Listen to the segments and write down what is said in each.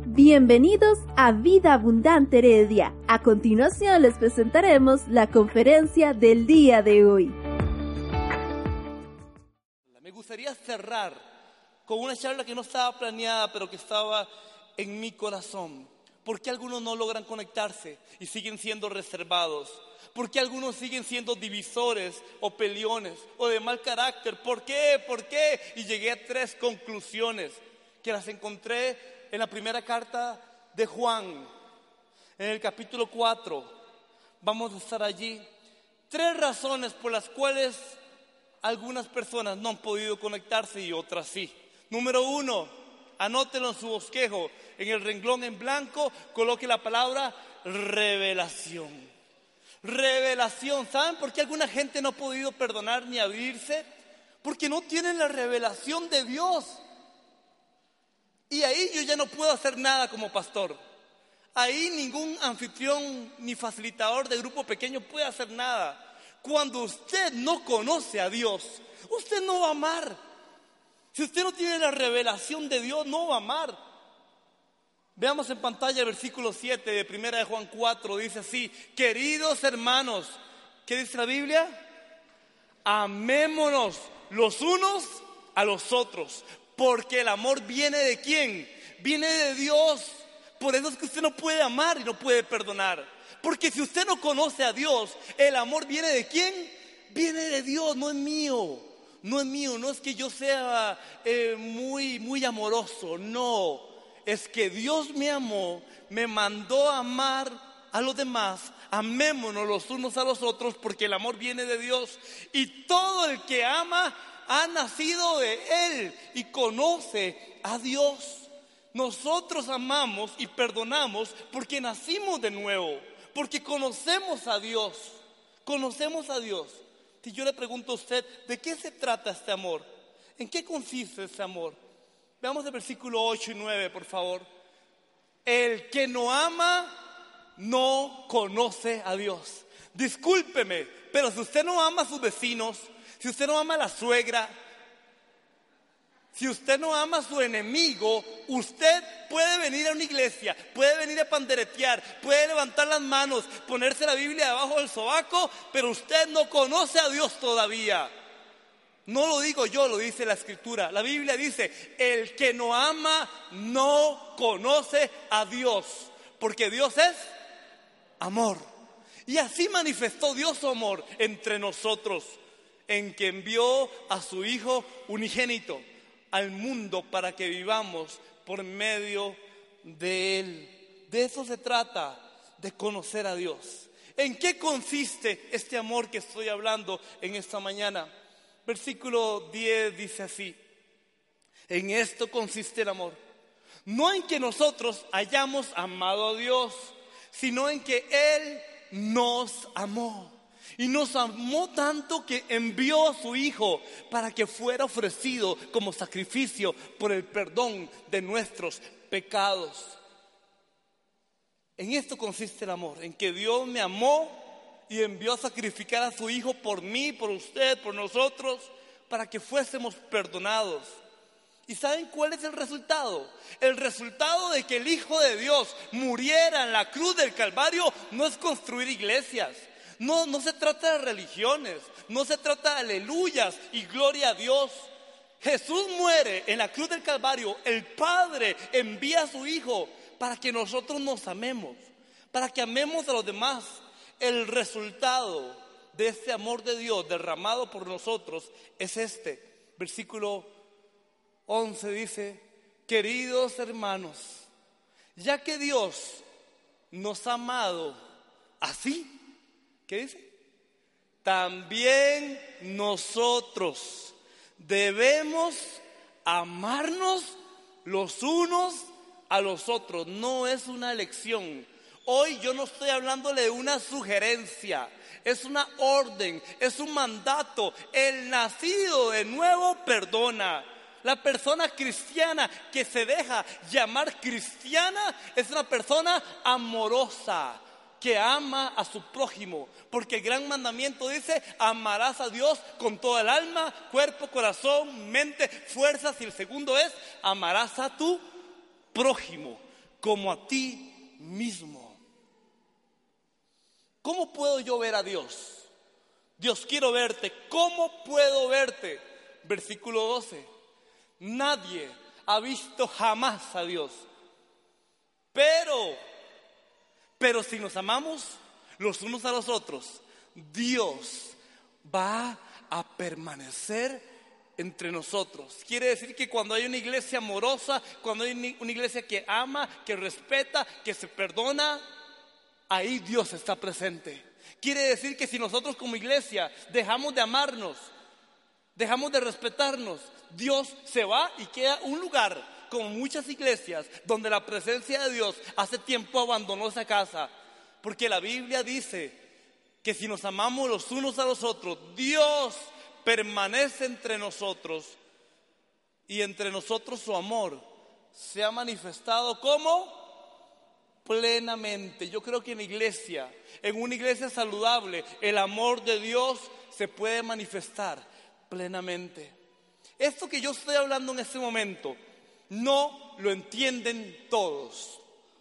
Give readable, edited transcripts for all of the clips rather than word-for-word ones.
Bienvenidos a Vida Abundante Heredia. A continuación les presentaremos la conferencia del día de hoy. Me gustaría cerrar con una charla que no estaba planeada, pero que estaba en mi corazón. ¿Por qué algunos no logran conectarse y siguen siendo reservados? ¿Por qué algunos siguen siendo divisores o peleones o de mal carácter? ¿Por qué? ¿Por qué? Y llegué a 3 conclusiones que las encontré en la primera carta de Juan, en el capítulo 4. Vamos a estar allí. 3 razones por las cuales algunas personas no han podido conectarse y otras sí. Número 1, anótelo en su bosquejo. En el renglón en blanco, coloque la palabra revelación. Revelación. ¿Saben por qué alguna gente no ha podido perdonar ni abrirse? Porque no tienen la revelación de Dios. Y ahí yo ya no puedo hacer nada como pastor. Ahí ningún anfitrión ni facilitador de grupo pequeño puede hacer nada. Cuando usted no conoce a Dios, usted no va a amar. Si usted no tiene la revelación de Dios, no va a amar. Veamos en pantalla el versículo 7 de 1 de Juan 4. Dice así: queridos hermanos, ¿qué dice la Biblia? Amémonos los unos a los otros. Porque el amor viene ¿de quién? Viene de Dios. Por eso es que usted no puede amar y no puede perdonar. Porque si usted no conoce a Dios, el amor viene ¿de quién? Viene de Dios, no es mío. No es mío, no es que yo sea muy amoroso, no. Es que Dios me amó, me mandó a amar a los demás. Amémonos los unos a los otros porque el amor viene de Dios. Y todo el que ama ha nacido de Él y conoce a Dios. Nosotros amamos y perdonamos porque nacimos de nuevo, porque conocemos a Dios. Conocemos a Dios. Si yo le pregunto a usted, ¿de qué se trata este amor? ¿En qué consiste este amor? Veamos el versículo 8 y 9, por favor. El que no ama no conoce a Dios. Discúlpeme, pero si usted no ama a sus vecinos, si usted no ama a la suegra, si usted no ama a su enemigo, usted puede venir a una iglesia, puede venir a panderetear, puede levantar las manos, ponerse la Biblia debajo del sobaco, pero usted no conoce a Dios todavía. No lo digo yo, lo dice la Escritura. La Biblia dice: el que no ama no conoce a Dios, porque Dios es amor. Y así manifestó Dios su amor entre nosotros, en que envió a su Hijo unigénito al mundo para que vivamos por medio de Él. De eso se trata, de conocer a Dios. ¿En qué consiste este amor que estoy hablando en esta mañana? Versículo 10 dice así: en esto consiste el amor, no en que nosotros hayamos amado a Dios, sino en que Él nos amó. Y nos amó tanto que envió a su Hijo para que fuera ofrecido como sacrificio por el perdón de nuestros pecados. En esto consiste el amor, en que Dios me amó y envió a sacrificar a su Hijo por mí, por usted, por nosotros, para que fuésemos perdonados. ¿Y saben cuál es el resultado? El resultado de que el Hijo de Dios muriera en la cruz del Calvario no es construir iglesias. No se trata de religiones, no se trata de aleluyas y gloria a Dios. Jesús muere en la cruz del Calvario, el Padre envía a su Hijo para que nosotros nos amemos, para que amemos a los demás. El resultado de este amor de Dios derramado por nosotros es este. Versículo 11 dice: queridos hermanos, ya que Dios nos ha amado así, ¿qué dice? También nosotros debemos amarnos los unos a los otros. No es una elección. Hoy yo no estoy hablándole de una sugerencia, es una orden, es un mandato. El nacido de nuevo perdona. La persona cristiana que se deja llamar cristiana es una persona amorosa, que ama a su prójimo, porque el gran mandamiento dice: amarás a Dios con toda el alma, cuerpo, corazón, mente, fuerzas. Y el segundo es: amarás a tu prójimo como a ti mismo. ¿Cómo puedo yo ver a Dios? Dios, quiero verte. ¿Cómo puedo verte? Versículo 12. Nadie ha visto jamás a Dios. Pero si nos amamos los unos a los otros, Dios va a permanecer entre nosotros. Quiere decir que cuando hay una iglesia amorosa, cuando hay una iglesia que ama, que respeta, que se perdona, ahí Dios está presente. Quiere decir que si nosotros como iglesia dejamos de amarnos, dejamos de respetarnos, Dios se va y queda un lugar, como muchas iglesias, donde la presencia de Dios hace tiempo abandonó esa casa. Porque la Biblia dice que si nos amamos los unos a los otros, Dios permanece entre nosotros, y entre nosotros su amor se ha manifestado como plenamente. Yo creo que en una iglesia saludable, el amor de Dios se puede manifestar plenamente. Esto que yo estoy hablando en este momento no lo entienden todos.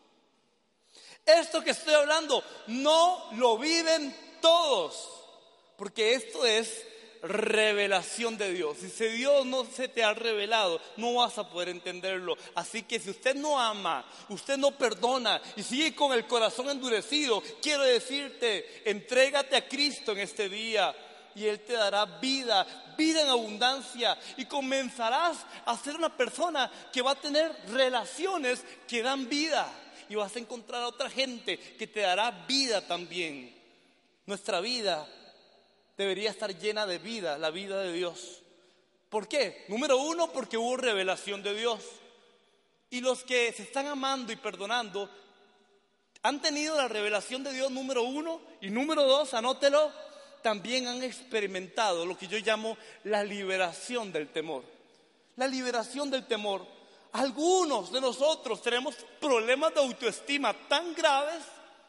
Esto que estoy hablando no lo viven todos, porque esto es revelación de Dios. Si Dios no se te ha revelado, no vas a poder entenderlo. Así que si usted no ama, usted no perdona y sigue con el corazón endurecido, quiero decirte, entrégate a Cristo en este día y Él te dará vida en abundancia, y comenzarás a ser una persona que va a tener relaciones que dan vida, y vas a encontrar a otra gente que te dará vida también. Nuestra vida debería estar llena de vida, la vida de Dios. ¿Por qué? Número uno, porque hubo revelación de Dios. Y los que se están amando y perdonando han tenido la revelación de Dios, número uno. Y número dos, anótelo, también han experimentado lo que yo llamo la liberación del temor. La liberación del temor. Algunos de nosotros tenemos problemas de autoestima tan graves.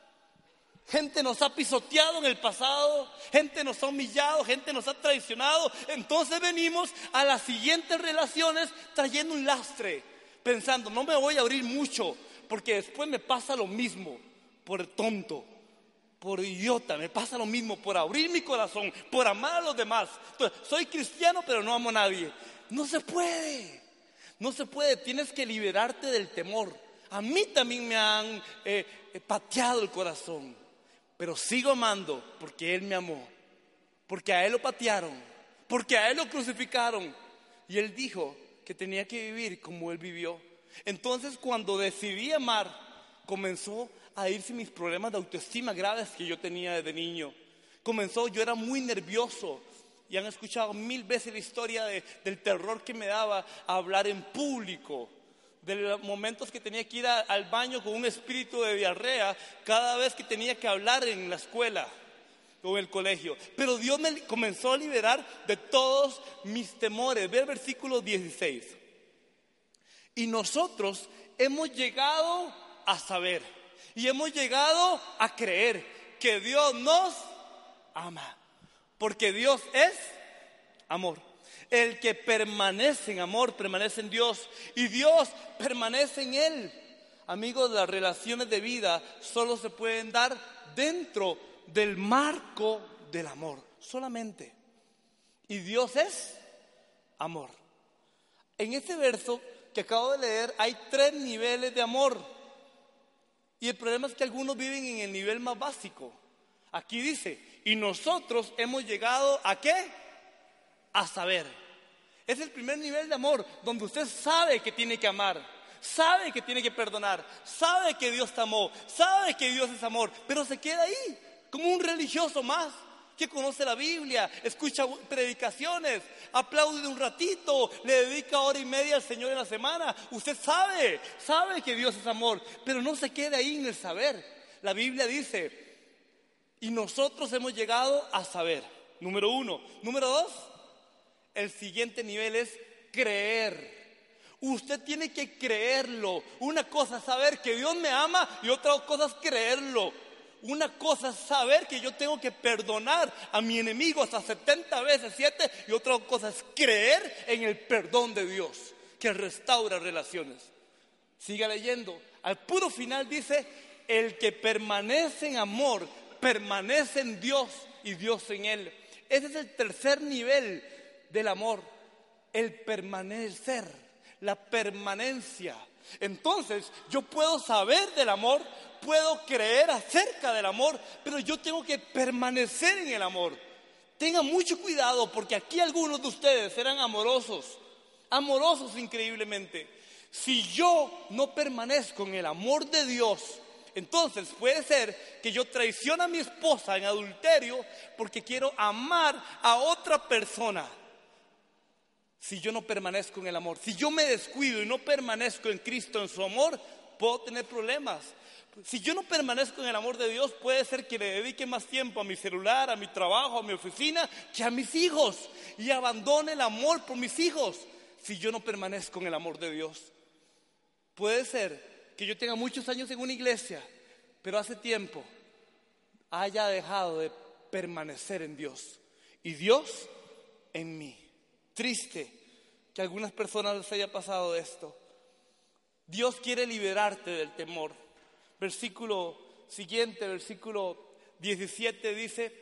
Gente nos ha pisoteado en el pasado, gente nos ha humillado, gente nos ha traicionado. Entonces venimos a las siguientes relaciones trayendo un lastre, pensando, no me voy a abrir mucho, porque después me pasa lo mismo, por tonto, por idiota, me pasa lo mismo, por abrir mi corazón, por amar a los demás. Entonces, soy cristiano pero no amo a nadie. No se puede, no se puede, tienes que liberarte del temor. A mí también me han pateado el corazón. Pero sigo amando porque Él me amó, porque a Él lo patearon, porque a Él lo crucificaron. Y Él dijo que tenía que vivir como Él vivió. Entonces cuando decidí amar, comenzó a irse mis problemas de autoestima graves que yo tenía desde niño. Yo era muy nervioso. Y han escuchado 1000 veces la historia del terror que me daba a hablar en público. De los momentos que tenía que ir al baño con un espíritu de diarrea cada vez que tenía que hablar en la escuela o en el colegio. Pero Dios me comenzó a liberar de todos mis temores. Ve el versículo 16. Y nosotros hemos llegado a saber y hemos llegado a creer que Dios nos ama, porque Dios es amor. El que permanece en amor, permanece en Dios, y Dios permanece en Él. Amigos, las relaciones de vida solo se pueden dar dentro del marco del amor, solamente. Y Dios es amor. En este verso que acabo de leer hay 3 niveles de amor. Y el problema es que algunos viven en el nivel más básico. Aquí dice, y nosotros hemos llegado ¿a qué? A saber. Es el primer nivel de amor, donde usted sabe que tiene que amar, sabe que tiene que perdonar, sabe que Dios te amó, sabe que Dios es amor, pero se queda ahí, como un religioso más, que conoce la Biblia, escucha predicaciones, aplaude un ratito, le dedica 1:30 al Señor en la semana. Usted sabe que Dios es amor, pero no se queda ahí en el saber. La Biblia dice, y nosotros hemos llegado a saber, número 1. Número 2, el siguiente nivel es creer. Usted tiene que creerlo. Una cosa es saber que Dios me ama y otra cosa es creerlo. Una cosa es saber que yo tengo que perdonar a mi enemigo hasta 70 veces 7 y otra cosa es creer en el perdón de Dios que restaura relaciones. Siga leyendo. Al puro final dice, el que permanece en amor, permanece en Dios y Dios en él. Ese es el tercer nivel del amor, el permanecer, la permanencia. Entonces, yo puedo saber del amor, puedo creer acerca del amor, pero yo tengo que permanecer en el amor. Tengan mucho cuidado porque aquí algunos de ustedes eran amorosos increíblemente. Si yo no permanezco en el amor de Dios, entonces puede ser que yo traicione a mi esposa en adulterio porque quiero amar a otra persona. Si yo no permanezco en el amor, si yo me descuido y no permanezco en Cristo, en su amor, puedo tener problemas. Si yo no permanezco en el amor de Dios, puede ser que le dedique más tiempo a mi celular, a mi trabajo, a mi oficina, que a mis hijos, y abandone el amor por mis hijos. Si yo no permanezco en el amor de Dios, puede ser que yo tenga muchos años en una iglesia, pero hace tiempo haya dejado de permanecer en Dios y Dios en mí. Triste que a algunas personas les haya pasado esto. Dios quiere liberarte del temor. Versículo siguiente, versículo 17 dice,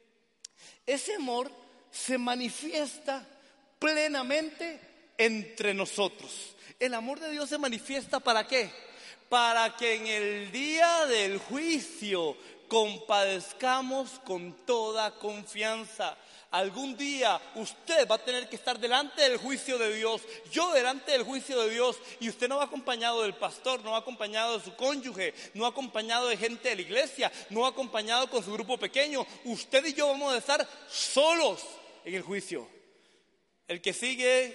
ese amor se manifiesta plenamente entre nosotros. El amor de Dios se manifiesta ¿para qué? Para que en el día del juicio compadezcamos con toda confianza. Algún día usted va a tener que estar delante del juicio de Dios, yo delante del juicio de Dios, y usted no va acompañado del pastor, no va acompañado de su cónyuge, no va acompañado de gente de la iglesia, no va acompañado con su grupo pequeño. Usted y yo vamos a estar solos en el juicio. El que sigue,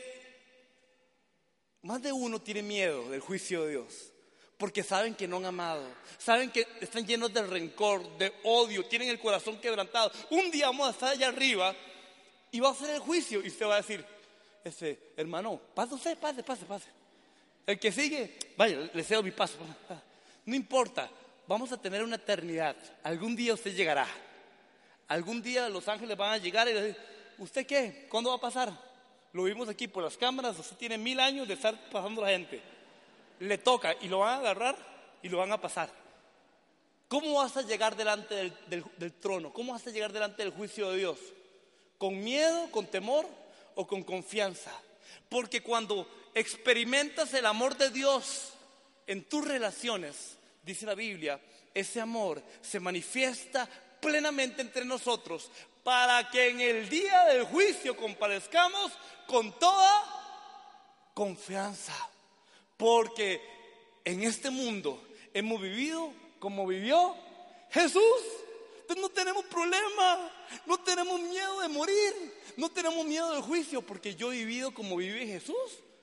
más de uno tiene miedo del juicio de Dios. Porque saben que no han amado, saben que están llenos de rencor, de odio, tienen el corazón quebrantado. Un día vamos a estar allá arriba y va a ser el juicio y usted va a decir, hermano, pase usted, pase. El que sigue, vaya, le cedo mi paso. No importa, vamos a tener una eternidad. Algún día usted llegará. Algún día los ángeles van a llegar y le dicen, ¿usted qué? ¿Cuándo va a pasar? Lo vimos aquí por las cámaras, usted tiene 1000 años de estar pasando la gente. Le toca y lo van a agarrar y lo van a pasar. ¿Cómo vas a llegar delante del trono? ¿Cómo vas a llegar delante del juicio de Dios? ¿Con miedo, con temor o con confianza? Porque cuando experimentas el amor de Dios en tus relaciones, dice la Biblia, ese amor se manifiesta plenamente entre nosotros para que en el día del juicio compadezcamos con toda confianza. Porque en este mundo hemos vivido como vivió Jesús. Entonces no tenemos problema, no tenemos miedo de morir, no tenemos miedo del juicio, porque yo he vivido como vive Jesús.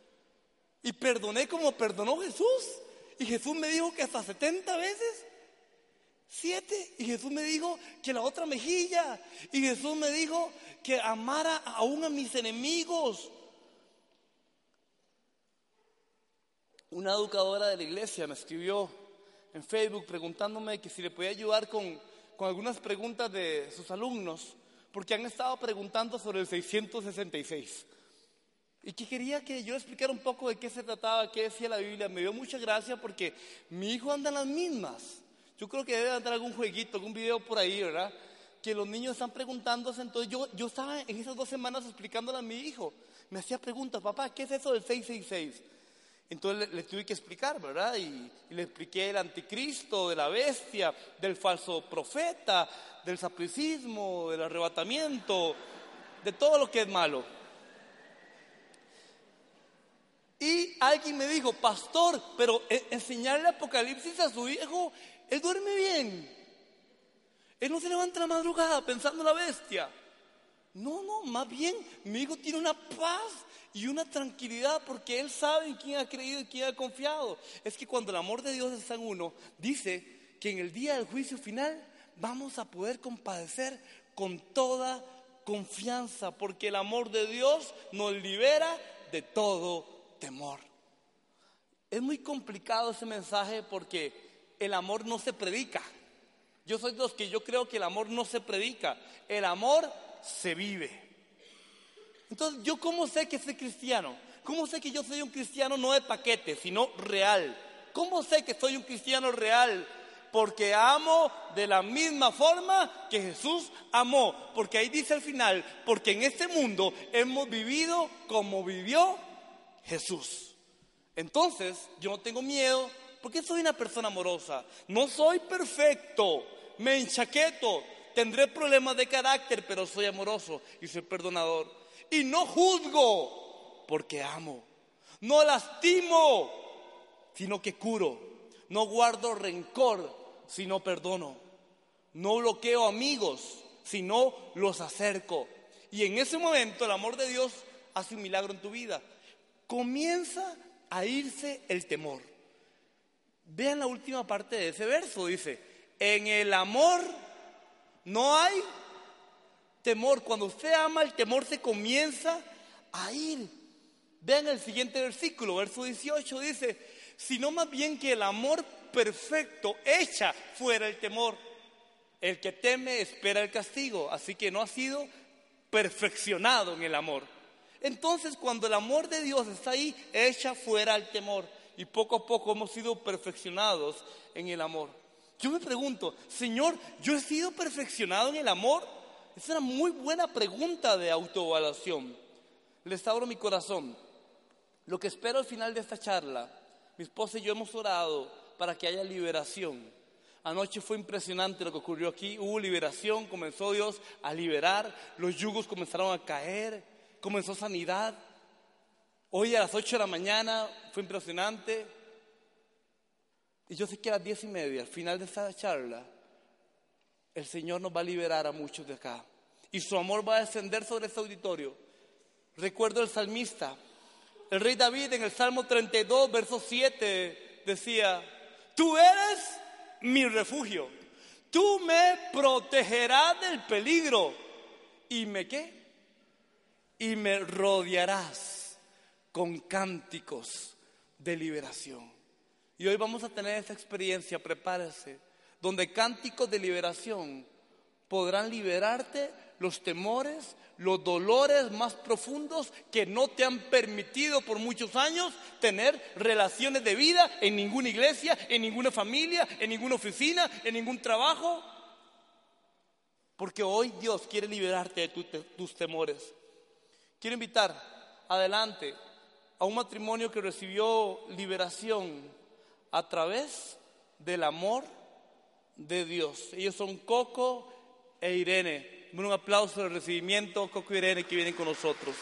Y perdoné como perdonó Jesús. Y Jesús me dijo que hasta 70 veces, 7. Y Jesús me dijo que la otra mejilla. Y Jesús me dijo que amara aún a mis enemigos. Una educadora de la iglesia me escribió en Facebook preguntándome que si le podía ayudar con algunas preguntas de sus alumnos, porque han estado preguntando sobre el 666. Y que quería que yo explicara un poco de qué se trataba, qué decía la Biblia. Me dio mucha gracia porque mi hijo anda en las mismas. Yo creo que debe andar algún jueguito, algún video por ahí, ¿verdad? Que los niños están preguntándose. Entonces yo estaba en esas 2 semanas explicándole a mi hijo. Me hacía preguntas, papá, ¿qué es eso del 666? Entonces le tuve que explicar, ¿verdad? Y le expliqué el anticristo, de la bestia, del falso profeta, del sapricismo, del arrebatamiento, de todo lo que es malo. Y alguien me dijo, pastor, pero enseñarle Apocalipsis a su hijo, él duerme bien. Él no se levanta en la madrugada pensando en la bestia. No, más bien mi hijo tiene una paz y una tranquilidad porque él sabe en quién ha creído y quién ha confiado. Es que cuando el amor de Dios está en uno, dice que en el día del juicio final vamos a poder compadecer con toda confianza, porque el amor de Dios nos libera de todo temor. Es muy complicado ese mensaje porque el amor no se predica. Yo soy de los que yo creo que el amor no se predica, el amor se vive. Entonces, ¿yo cómo sé que soy cristiano? ¿Cómo sé que yo soy un cristiano no de paquete, sino real? ¿Cómo sé que soy un cristiano real? Porque amo de la misma forma que Jesús amó. Porque ahí dice al final, porque en este mundo hemos vivido como vivió Jesús. Entonces, yo no tengo miedo porque soy una persona amorosa. No soy perfecto, me enchaqueto, tendré problemas de carácter, pero soy amoroso y soy perdonador. Y no juzgo porque amo. No lastimo, sino que curo. No guardo rencor, sino perdono. No bloqueo amigos, sino los acerco. Y en ese momento el amor de Dios hace un milagro en tu vida. Comienza a irse el temor. Vean la última parte de ese verso, dice, en el amor no hay temor. Cuando usted ama, el temor se comienza a ir. Vean el siguiente versículo, verso 18, dice, sino más bien que el amor perfecto echa fuera el temor. El que teme espera el castigo, así que no ha sido perfeccionado en el amor. Entonces, cuando el amor de Dios está ahí, echa fuera el temor. Y poco a poco hemos sido perfeccionados en el amor. Yo me pregunto, Señor, ¿yo he sido perfeccionado en el amor? Es una muy buena pregunta de autoevaluación. Les abro mi corazón. Lo que espero al final de esta charla, mi esposa y yo hemos orado para que haya liberación. Anoche fue impresionante lo que ocurrió aquí. Hubo liberación, comenzó Dios a liberar, los yugos comenzaron a caer, comenzó sanidad. Hoy a las 8 de la mañana fue impresionante. Y yo sé que a las 10:30, al final de esta charla, el Señor nos va a liberar a muchos de acá. Y su amor va a descender sobre este auditorio. Recuerdo el salmista, el rey David en el Salmo 32, verso 7, decía, tú eres mi refugio, tú me protegerás del peligro. ¿Y me qué? Y me rodearás con cánticos de liberación. Y hoy vamos a tener esa experiencia, prepárese, donde cánticos de liberación podrán liberarte los temores, los dolores más profundos que no te han permitido por muchos años tener relaciones de vida en ninguna iglesia, en ninguna familia, en ninguna oficina, en ningún trabajo. Porque hoy Dios quiere liberarte de tus temores. Quiero invitar adelante a un matrimonio que recibió liberación a través del amor de Dios. Ellos son Coco e Irene. Un aplauso de recibimiento, Coco y Irene, que vienen con nosotros.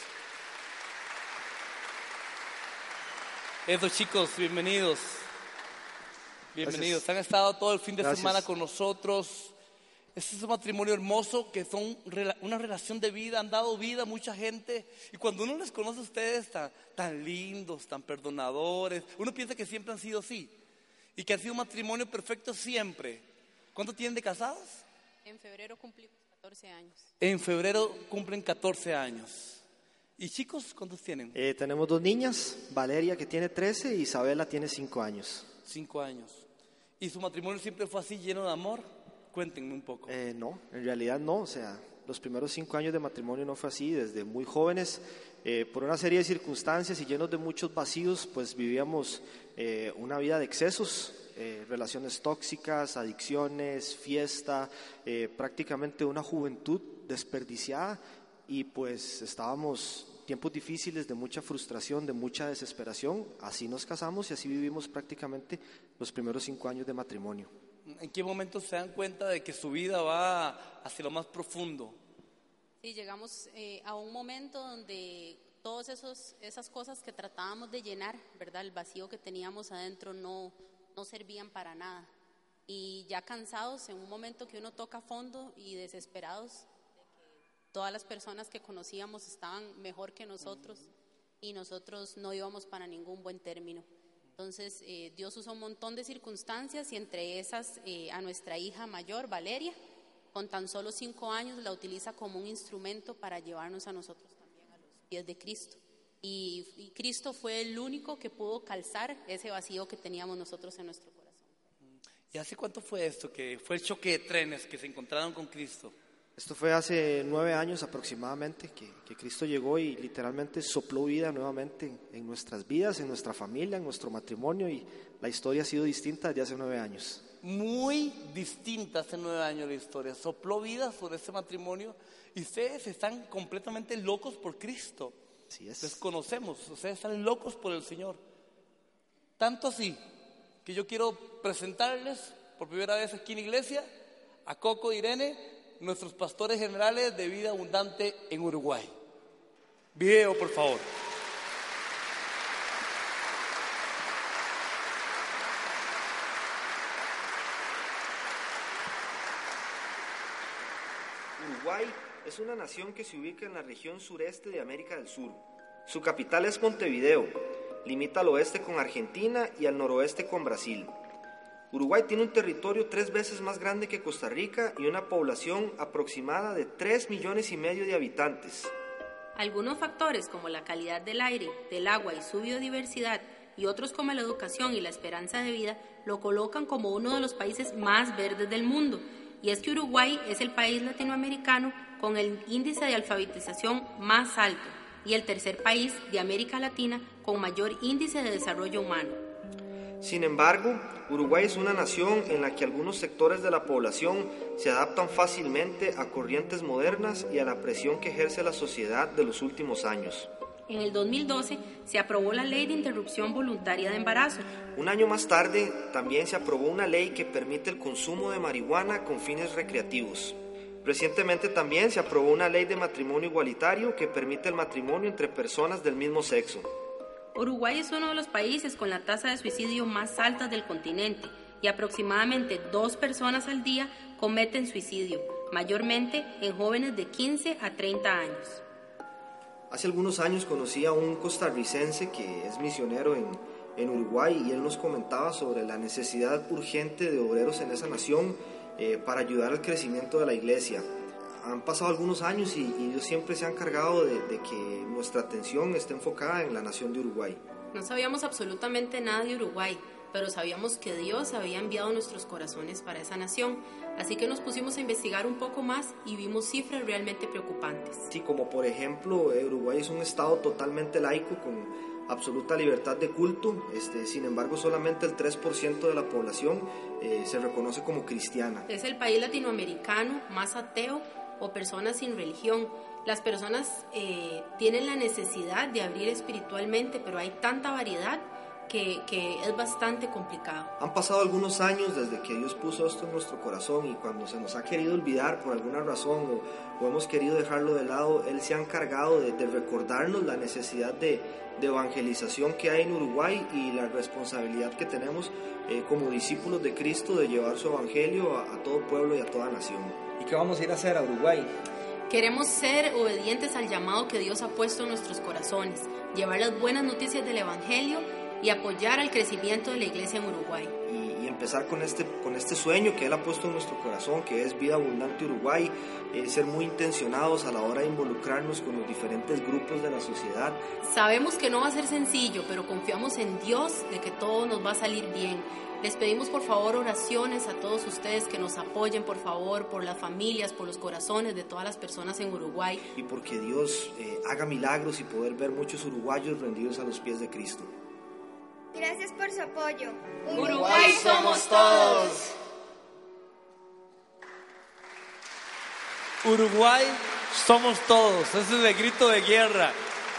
Esos chicos, bienvenidos. Bienvenidos. Gracias. Han estado todo el fin de semana con nosotros. Este es un matrimonio hermoso que son una relación de vida, han dado vida a mucha gente. Y cuando uno les conoce a ustedes tan lindos, tan perdonadores, uno piensa que siempre han sido así. Y que han sido un matrimonio perfecto siempre. ¿Cuánto tienen de casados? En febrero cumplimos 14 años. En febrero cumplen 14 años. ¿Y chicos, cuántos tienen? Tenemos 2 niñas, Valeria que tiene 13 y Isabela tiene 5 años. 5 años. ¿Y su matrimonio siempre fue así, lleno de amor? Cuéntenme un poco. No, en realidad no, o sea, los primeros 5 años de matrimonio no fue así, desde muy jóvenes, por una serie de circunstancias y llenos de muchos vacíos, pues vivíamos una vida de excesos, relaciones tóxicas, adicciones, fiesta, prácticamente una juventud desperdiciada y pues estábamos tiempos difíciles de mucha frustración, de mucha desesperación, así nos casamos y así vivimos prácticamente los primeros 5 años de matrimonio. ¿En qué momento se dan cuenta de que su vida va hacia lo más profundo? Sí, llegamos a un momento donde todas esas cosas que tratábamos de llenar, ¿verdad? El vacío que teníamos adentro no servían para nada. Y ya cansados, en un momento que uno toca fondo y desesperados, de que todas las personas que conocíamos estaban mejor que nosotros y nosotros no íbamos para ningún buen término. Entonces Dios usó un montón de circunstancias y entre esas a nuestra hija mayor, Valeria, con tan solo 5 años la utiliza como un instrumento para llevarnos a nosotros también a los pies de Cristo. Y Cristo fue el único que pudo calzar ese vacío que teníamos nosotros en nuestro corazón. ¿Y hace cuánto fue esto? Que fue el choque de trenes que se encontraron con Cristo. Esto fue hace 9 años aproximadamente que Cristo llegó y literalmente sopló vida nuevamente en nuestras vidas, en nuestra familia, en nuestro matrimonio, y la historia ha sido distinta desde hace 9 años. Muy distinta hace 9 años la historia. Sopló vida sobre ese matrimonio y ustedes están completamente locos por Cristo. Así es. Les conocemos, ustedes están locos por el Señor. Tanto así que yo quiero presentarles por primera vez aquí en la iglesia a Coco y Irene, nuestros pastores generales de Vida Abundante en Uruguay. Video, por favor. Uruguay es una nación que se ubica en la región sureste de América del Sur. Su capital es Montevideo, limita al oeste con Argentina y al noroeste con Brasil. Uruguay tiene un territorio 3 veces más grande que Costa Rica y una población aproximada de 3,5 millones de habitantes. Algunos factores como la calidad del aire, del agua y su biodiversidad, y otros como la educación y la esperanza de vida, lo colocan como uno de los países más verdes del mundo. Y es que Uruguay es el país latinoamericano con el índice de alfabetización más alto y el tercer país de América Latina con mayor índice de desarrollo humano. Sin embargo, Uruguay es una nación en la que algunos sectores de la población se adaptan fácilmente a corrientes modernas y a la presión que ejerce la sociedad de los últimos años. En el 2012 se aprobó la Ley de Interrupción Voluntaria de Embarazo. Un año más tarde, también se aprobó una ley que permite el consumo de marihuana con fines recreativos. Recientemente también se aprobó una ley de matrimonio igualitario que permite el matrimonio entre personas del mismo sexo. Uruguay es uno de los países con la tasa de suicidio más alta del continente y aproximadamente 2 personas al día cometen suicidio, mayormente en jóvenes de 15 a 30 años. Hace algunos años conocí a un costarricense que es misionero en Uruguay y él nos comentaba sobre la necesidad urgente de obreros en esa nación para ayudar al crecimiento de la iglesia. Han pasado algunos años y Dios siempre se ha encargado de que nuestra atención esté enfocada en la nación de Uruguay. No sabíamos absolutamente nada de Uruguay, pero sabíamos que Dios había enviado nuestros corazones para esa nación, así que nos pusimos a investigar un poco más y vimos cifras realmente preocupantes. Sí, como por ejemplo, Uruguay es un estado totalmente laico con absoluta libertad de culto, sin embargo solamente el 3% de la población se reconoce como cristiana. Es el país latinoamericano más ateo o personas sin religión. Las personas tienen la necesidad de abrir espiritualmente, pero hay tanta variedad que es bastante complicado. Han pasado algunos años desde que Dios puso esto en nuestro corazón y cuando se nos ha querido olvidar por alguna razón o hemos querido dejarlo de lado, Él se ha encargado de recordarnos la necesidad de evangelización que hay en Uruguay y la responsabilidad que tenemos como discípulos de Cristo de llevar su evangelio a todo pueblo y a toda nación. ¿Y qué vamos a ir a hacer a Uruguay? Queremos ser obedientes al llamado que Dios ha puesto en nuestros corazones, llevar las buenas noticias del evangelio y apoyar al crecimiento de la iglesia en Uruguay. Y empezar con este sueño que Él ha puesto en nuestro corazón, que es Vida Abundante Uruguay, ser muy intencionados a la hora de involucrarnos con los diferentes grupos de la sociedad. Sabemos que no va a ser sencillo, pero confiamos en Dios de que todo nos va a salir bien. Les pedimos por favor oraciones a todos ustedes que nos apoyen por favor, por las familias, por los corazones de todas las personas en Uruguay. Y porque Dios haga milagros y poder ver muchos uruguayos rendidos a los pies de Cristo. Gracias por su apoyo. Uruguay somos todos. Uruguay somos todos. Ese es el grito de guerra.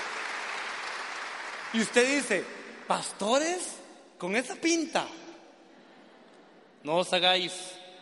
Y usted dice, ¿pastores con esa pinta? No os hagáis.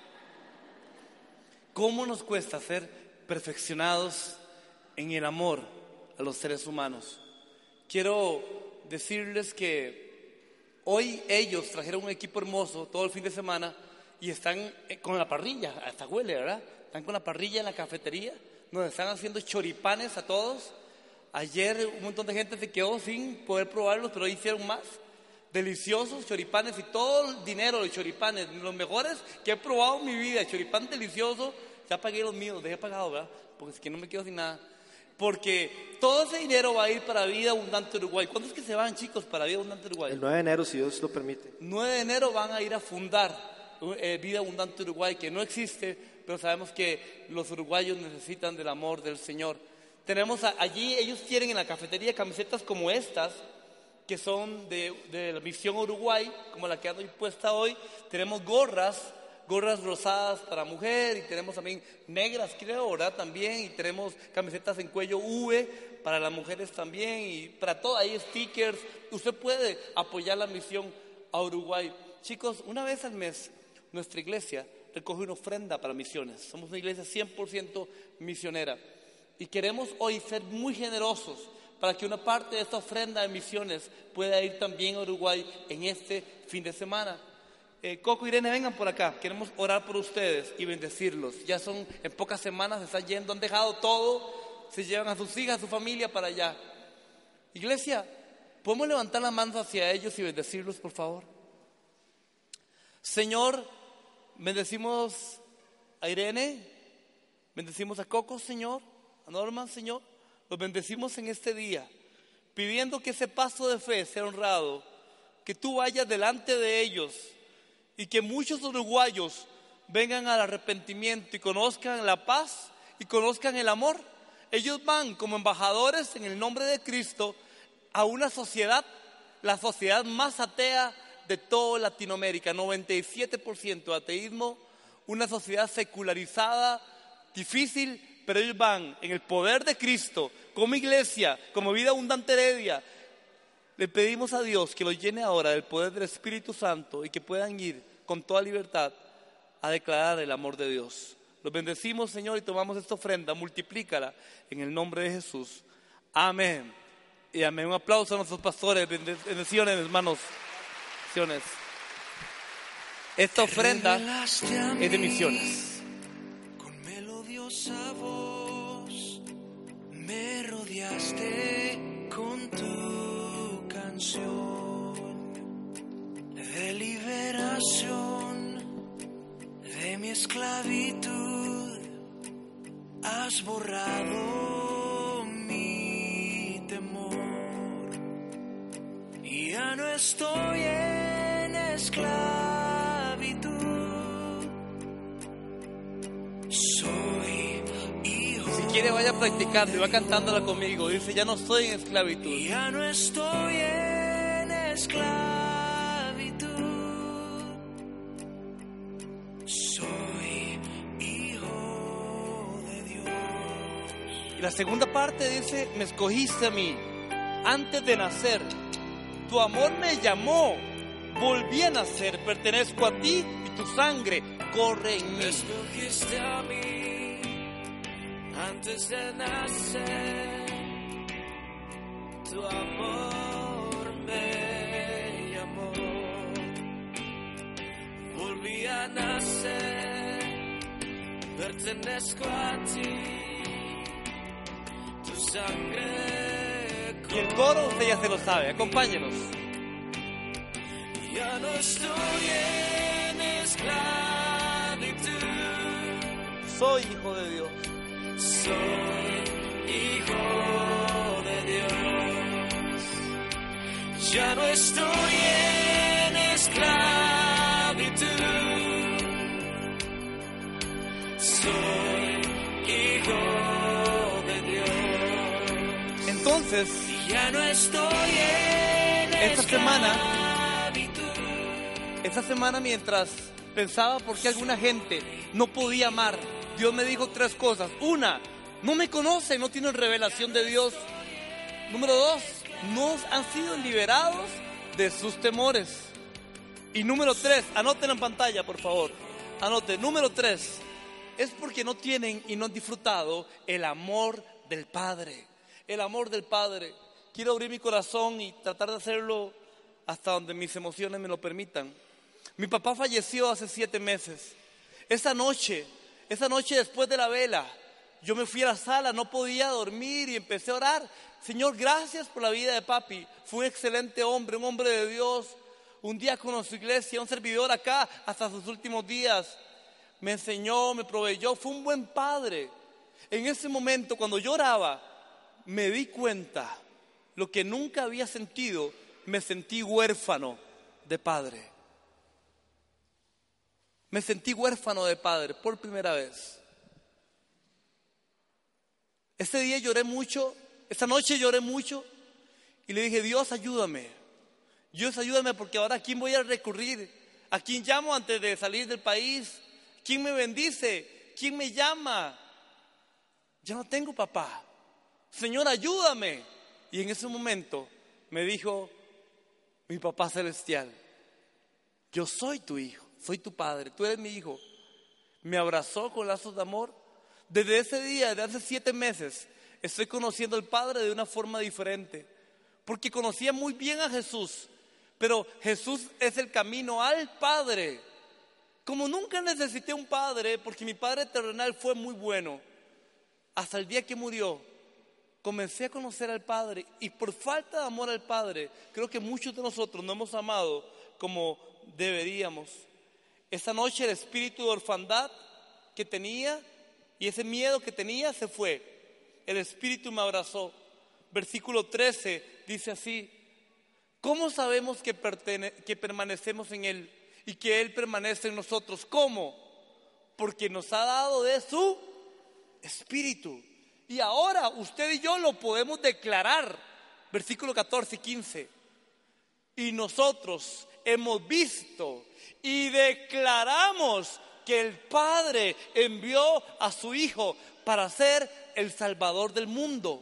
¿Cómo nos cuesta ser perfeccionados en el amor a los seres humanos? Quiero decirles que hoy ellos trajeron un equipo hermoso todo el fin de semana y están con la parrilla, hasta huele, ¿verdad? Están con la parrilla en la cafetería, nos están haciendo choripanes a todos. Ayer un montón de gente se quedó sin poder probarlos, pero hoy hicieron más. Deliciosos choripanes y todo el dinero de choripanes, los mejores que he probado en mi vida. Choripán delicioso, ya pagué los míos, dejé pagado, ¿verdad? Porque es que no me quedo sin nada. Porque todo ese dinero va a ir para Vida Abundante Uruguay. ¿Cuándo es que se van, chicos, para Vida Abundante Uruguay? El 9 de enero, si Dios lo permite. 9 de enero van a ir a fundar Vida Abundante Uruguay, que no existe, pero sabemos que los uruguayos necesitan del amor del Señor. Tenemos allí, ellos tienen en la cafetería camisetas como estas, que son de la Misión Uruguay, como la que ando puesta hoy. Tenemos gorras rosadas para mujer, y tenemos también negras, creo, ¿verdad? También, y tenemos camisetas en cuello V para las mujeres también, y para todo, hay stickers. Usted puede apoyar la Misión a Uruguay. Chicos, una vez al mes, nuestra iglesia recoge una ofrenda para misiones. Somos una iglesia 100% misionera, y queremos hoy ser muy generosos para que una parte de esta ofrenda de misiones pueda ir también a Uruguay en este fin de semana. Coco y Irene, vengan por acá. Queremos orar por ustedes y bendecirlos. Ya son, en pocas semanas se están yendo, han dejado todo, se llevan a sus hijas, a su familia para allá. Iglesia, ¿podemos levantar las manos hacia ellos y bendecirlos, por favor? Señor, bendecimos a Irene, bendecimos a Coco, Señor, a Norman, Señor. Los bendecimos en este día, pidiendo que ese paso de fe sea honrado, que tú vayas delante de ellos y que muchos uruguayos vengan al arrepentimiento y conozcan la paz y conozcan el amor. Ellos van como embajadores en el nombre de Cristo a una sociedad, la sociedad más atea de toda Latinoamérica, 97% ateísmo, una sociedad secularizada, difícil. Pero ellos van en el poder de Cristo, como iglesia, como Vida Abundante Heredia. Le pedimos a Dios que los llene ahora del poder del Espíritu Santo y que puedan ir con toda libertad a declarar el amor de Dios. Los bendecimos, Señor, y tomamos esta ofrenda, multiplícala en el nombre de Jesús. Amén. Y amén. Un aplauso a nuestros pastores. Bendiciones, hermanos. Bendiciones. Esta ofrenda es de misiones. Voz, me rodeaste con tu canción de liberación de mi esclavitud. Has borrado mi temor y ya no estoy en esclavitud. Si quiere, vaya practicando y va cantándola conmigo. Dice, ya no estoy en esclavitud. Ya no estoy en esclavitud. Soy hijo de Dios. Y la segunda parte dice, me escogiste a mí antes de nacer. Tu amor me llamó. Volví a nacer. Pertenezco a ti y tu sangre corre en mí. Me escogiste a mí antes de nacer, tu amor me llamó. Volví a nacer, pertenezco a ti, tu sangre. Y el coro usted ya se lo sabe, acompáñenos. Ya no estoy en esclavitud. Soy hijo de Dios. Soy hijo de Dios. Ya no estoy en esclavitud. Soy hijo de Dios. Entonces, ya no estoy en esta semana mientras pensaba por qué alguna gente no podía amar, Dios me dijo tres cosas. Una, no me conocen, no tienen revelación de Dios. Número dos, no han sido liberados de sus temores. Y número tres, anoten en pantalla, por favor. Anoten, número tres, es porque no tienen y no han disfrutado el amor del Padre. El amor del Padre. Quiero abrir mi corazón y tratar de hacerlo hasta donde mis emociones me lo permitan. Mi papá falleció hace 7 meses. Esa noche después de la vela, yo me fui a la sala, no podía dormir y empecé a orar. Señor, gracias por la vida de papi. Fue un excelente hombre, un hombre de Dios, un diácono en su iglesia, un servidor acá hasta sus últimos días. Me enseñó, me proveyó, fue un buen padre. En ese momento, cuando yo oraba, me di cuenta lo que nunca había sentido. Me sentí huérfano de padre. me sentí huérfano de padre por primera vez. Ese día lloré mucho, esa noche lloré mucho y le dije, Dios, ayúdame. Dios, ayúdame, porque ahora ¿a quién voy a recurrir? ¿A quién llamo antes de salir del país? ¿Quién me bendice? ¿Quién me llama? Ya no tengo papá. Señor, ayúdame. Y en ese momento me dijo mi papá celestial, yo soy tu hijo, soy tu padre, tú eres mi hijo. Me abrazó con lazos de amor. Desde ese día, desde hace 7 meses, estoy conociendo al Padre de una forma diferente. Porque conocía muy bien a Jesús, pero Jesús es el camino al Padre. Como nunca necesité un padre, porque mi padre terrenal fue muy bueno, hasta el día que murió, comencé a conocer al Padre. Y por falta de amor al Padre, creo que muchos de nosotros no hemos amado como deberíamos. Esa noche el espíritu de orfandad que tenía y ese miedo que tenía se fue. El espíritu me abrazó. Versículo 13 dice así: ¿cómo sabemos que permanecemos en Él y que Él permanece en nosotros? ¿Cómo? Porque nos ha dado de su espíritu. Y ahora usted y yo lo podemos declarar. Versículo 14 y 15. Y nosotros hemos visto y declaramos que el Padre envió a su Hijo para ser el Salvador del mundo.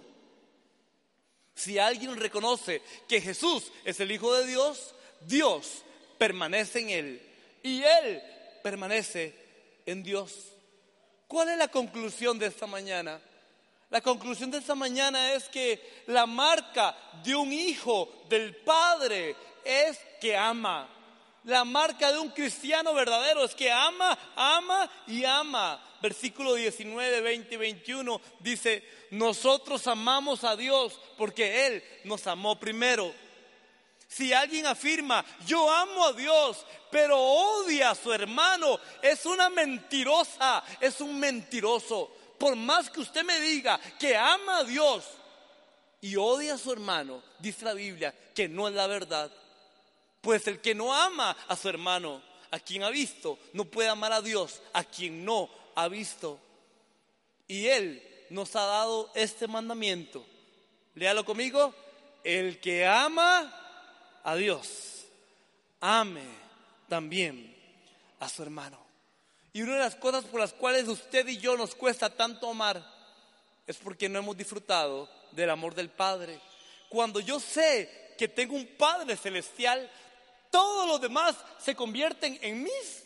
Si alguien reconoce que Jesús es el Hijo de Dios, Dios permanece en Él y Él permanece en Dios. ¿Cuál es la conclusión de esta mañana? La conclusión de esta mañana es que la marca de un hijo del Padre es que ama. La marca de un cristiano verdadero es que ama, ama y ama. Versículo 19, 20 y 21 dice: nosotros amamos a Dios porque Él nos amó primero. Si alguien afirma, yo amo a Dios, pero odia a su hermano, es una mentirosa, es un mentiroso. Por más que usted me diga que ama a Dios y odia a su hermano, dice la Biblia que no es la verdad. Pues el que no ama a su hermano, a quien ha visto, no puede amar a Dios, a quien no ha visto. Y Él nos ha dado este mandamiento. Léalo conmigo: el que ama a Dios, ame también a su hermano. Y una de las cosas por las cuales usted y yo nos cuesta tanto amar es porque no hemos disfrutado del amor del Padre. Cuando yo sé que tengo un Padre celestial, todos los demás se convierten en mis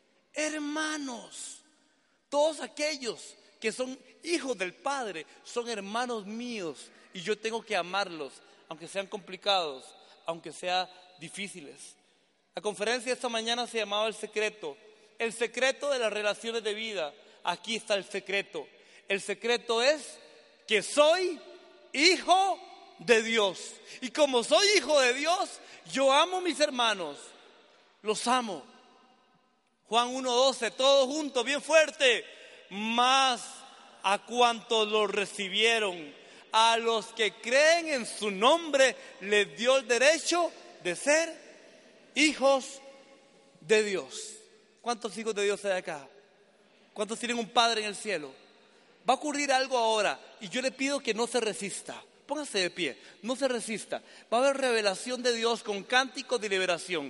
hermanos. Todos aquellos que son hijos del Padre son hermanos míos y yo tengo que amarlos, aunque sean complicados, aunque sean difíciles. La conferencia de esta mañana se llamaba El Secreto. El secreto de las relaciones de vida. Aquí está el secreto. El secreto es que soy hijo de Dios. Y como soy hijo de Dios, yo amo a mis hermanos. Los amo. Juan 1:12, todos juntos, bien fuerte. Mas a cuantos los recibieron, a los que creen en su nombre, les dio el derecho de ser hijos de Dios. ¿Cuántos hijos de Dios hay acá? ¿Cuántos tienen un Padre en el cielo? Va a ocurrir algo ahora y yo le pido que no se resista. Póngase de pie, no se resista. Va a haber revelación de Dios con cánticos de liberación.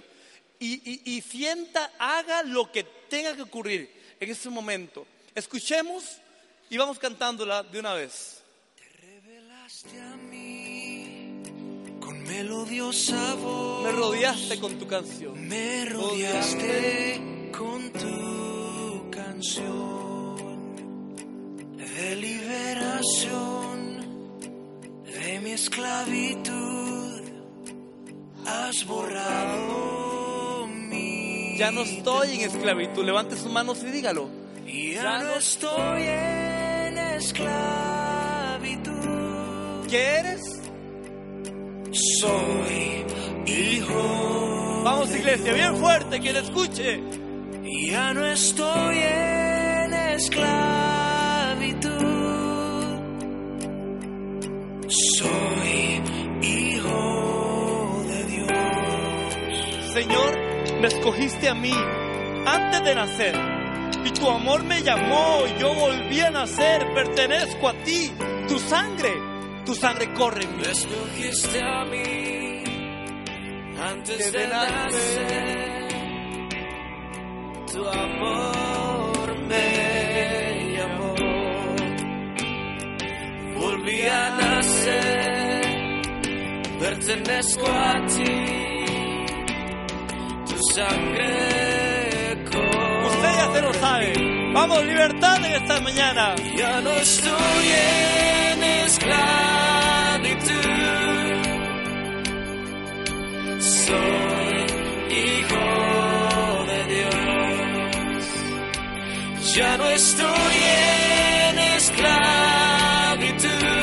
Y sienta, haga lo que tenga que ocurrir en ese momento. Escuchemos y vamos cantándola de una vez. Te revelaste a mí con melodiosa voz. Me rodeaste con tu canción. Me rodeaste con tu canción de liberación de mi esclavitud. Has borrado mi. Ya no estoy en esclavitud. Levante sus manos y dígalo. Ya no estoy en esclavitud. ¿Qué eres? Soy hijo. Vamos, iglesia, bien fuerte, que le escuche. Ya no estoy en esclavitud. Soy hijo de Dios. Señor, me escogiste a mí antes de nacer. Y tu amor me llamó y yo volví a nacer. Pertenezco a ti. Tu sangre corre en mí. Me escogiste a mí antes de nacer. Tu amor me llamó. Volví a nacer. Pertenezco a ti. Tu sangre corre. Usted ya se lo sabe. Vamos, libertad en esta mañana. Ya no estoy en esclavitud. Soy hijo de Dios. Ya no estoy en esclavitud.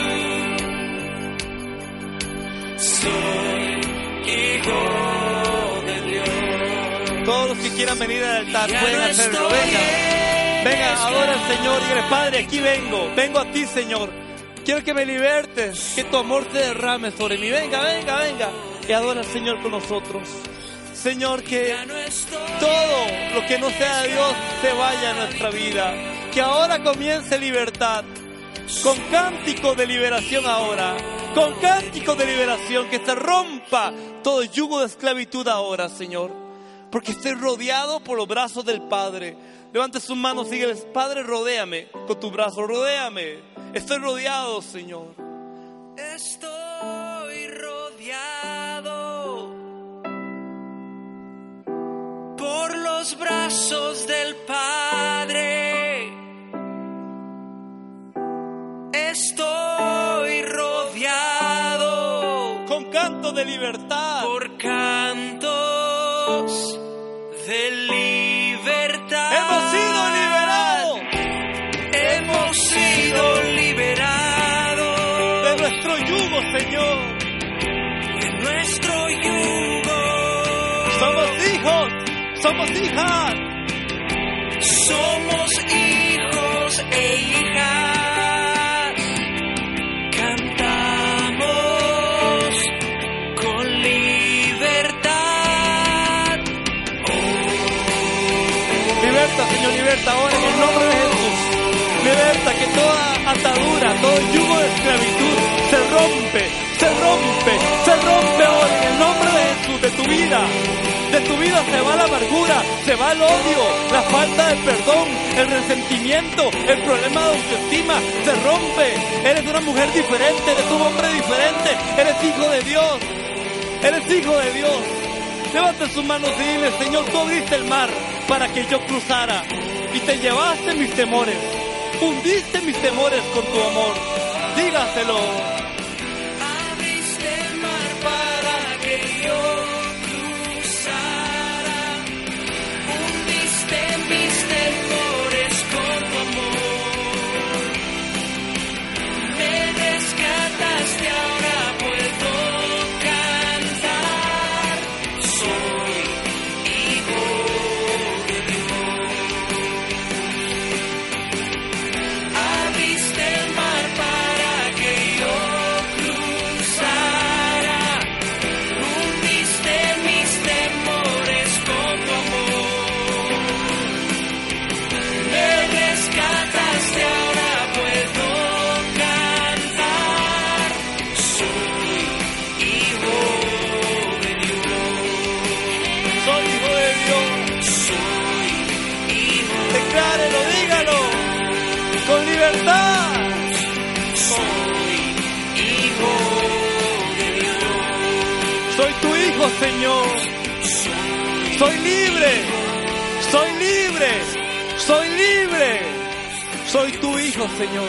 Soy hijo de Dios. Todos los que quieran venir al altar Ya pueden no hacerlo. estoy Venga, adora al Señor. Dígale, Padre, aquí vengo a ti, Señor. Quiero que me libertes, que tu amor se derrame sobre mí. Venga. Y adora al Señor con nosotros. Señor, que todo lo que no sea de Dios se vaya a nuestra vida. Que ahora comience libertad. Con cántico de liberación ahora. Con cántico de liberación. Que se rompa todo yugo de esclavitud ahora, Señor. Porque estoy rodeado por los brazos del Padre. Levante sus manos y dígales, Padre, rodéame con tu brazo, rodéame. Estoy rodeado, Señor. Estoy rodeado por los brazos del Padre. Estoy rodeado con canto de libertad. Por cantos de libertad. Hemos sido liberados. Hemos sido liberados de nuestro yugo, Señor. De nuestro yugo. Somos hijos, somos hijas. Somos hijos e hijas. Cantamos con libertad. Liberta, Señor, liberta ahora en el nombre de Jesús. Liberta que toda atadura, todo yugo de esclavitud se rompe ahora en el nombre de Jesús, de tu vida. De tu vida se va la amargura, se va el odio, la falta de perdón, el resentimiento, el problema de autoestima, se rompe. Eres una mujer diferente, eres un hombre diferente, eres hijo de Dios. Eres hijo de Dios. Levanta sus manos y dile, Señor, tú abriste el mar para que yo cruzara y te llevaste mis temores, hundiste mis temores con tu amor. Dígaselo. Abriste el mar para que yo cruzara, hundiste mis temores con tu amor, me rescataste, ahora puedo cantar, soy hijo de Dios. Abriste el mar para que yo cruzara, hundiste mis temores con tu amor, me rescataste, ahora puedo cantar, soy hijo de Dios. Soy hijo de Dios. Soy hijo. Declárelo, dígalo. Con libertad. Soy hijo de Dios. Soy tu hijo, Señor. Soy libre. Soy libre. Soy libre. Soy tu hijo, Señor.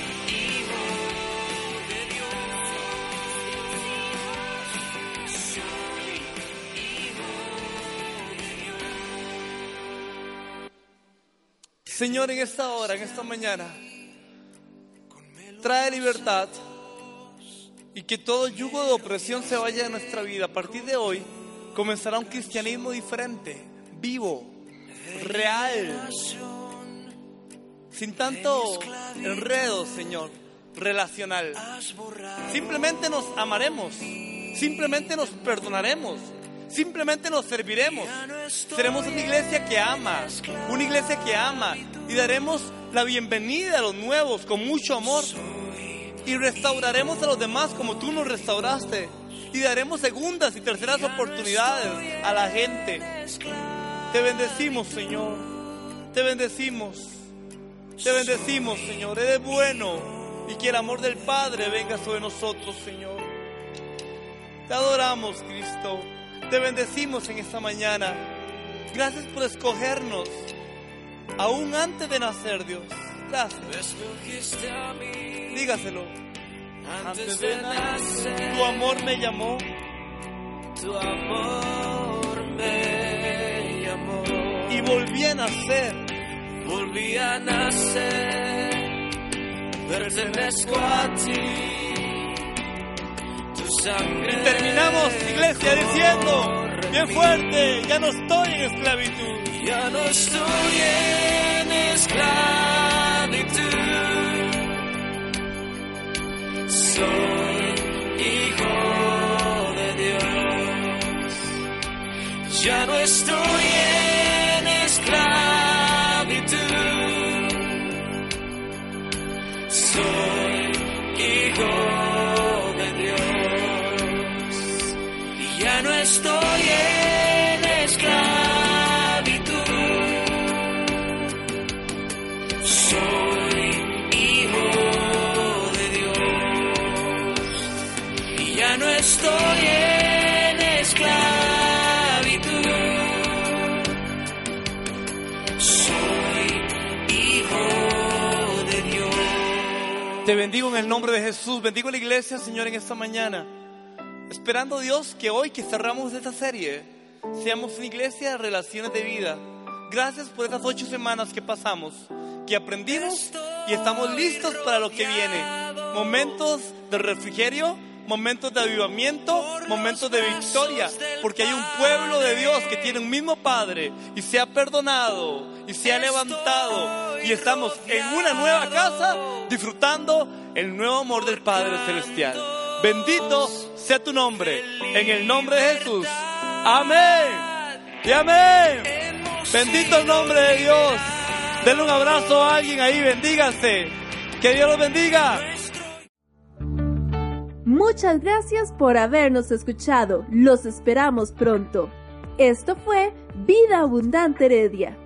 Señor, en esta hora, en esta mañana, trae libertad y que todo yugo de opresión se vaya de nuestra vida. A partir de hoy comenzará un cristianismo diferente, vivo, real, sin tanto enredo, Señor, relacional. Simplemente nos amaremos, simplemente nos perdonaremos, simplemente nos serviremos. Seremos una iglesia que ama, y daremos la bienvenida a los nuevos con mucho amor. Y restauraremos a los demás como tú nos restauraste. Y daremos segundas y terceras oportunidades a la gente. Te bendecimos, Señor. Te bendecimos, Señor. Eres bueno. Y que el amor del Padre venga sobre nosotros, Señor. Te adoramos, Cristo. Te bendecimos en esta mañana. Gracias por escogernos aún antes de nacer, Dios. Gracias. Dígaselo. Antes de nacer, tu amor me llamó. Tu amor me llamó. Y volví a nacer. Pertenezco a ti. Tu sangre. Y terminamos, iglesia, diciendo bien fuerte: ya no estoy en esclavitud. Ya no estoy en esclavitud. Soy hijo de Dios. Ya no estoy en esclavitud. Soy hijo de Dios. Ya no estoy en esclavitud. Soy hijo de Dios. Ya no estoy en esclavitud. Soy hijo de Dios. Te bendigo en el nombre de Jesús. Bendigo a la iglesia, Señor, en esta mañana. Esperando, Dios, que hoy que cerramos esta serie, seamos una iglesia de relaciones de vida. Gracias por estas 8 semanas que pasamos, que aprendimos y estamos listos para lo que viene. Momentos de refrigerio, momentos de avivamiento, momentos de victoria, porque hay un pueblo de Dios que tiene un mismo Padre y se ha perdonado y se ha levantado, y estamos en una nueva casa disfrutando el nuevo amor del Padre Celestial. Bendito sea tu nombre, en el nombre de Jesús. Amén y amén. Bendito el nombre de Dios. Denle un abrazo a alguien ahí, bendígase. Que Dios los bendiga. Muchas gracias por habernos escuchado. Los esperamos pronto. Esto fue Vida Abundante Heredia.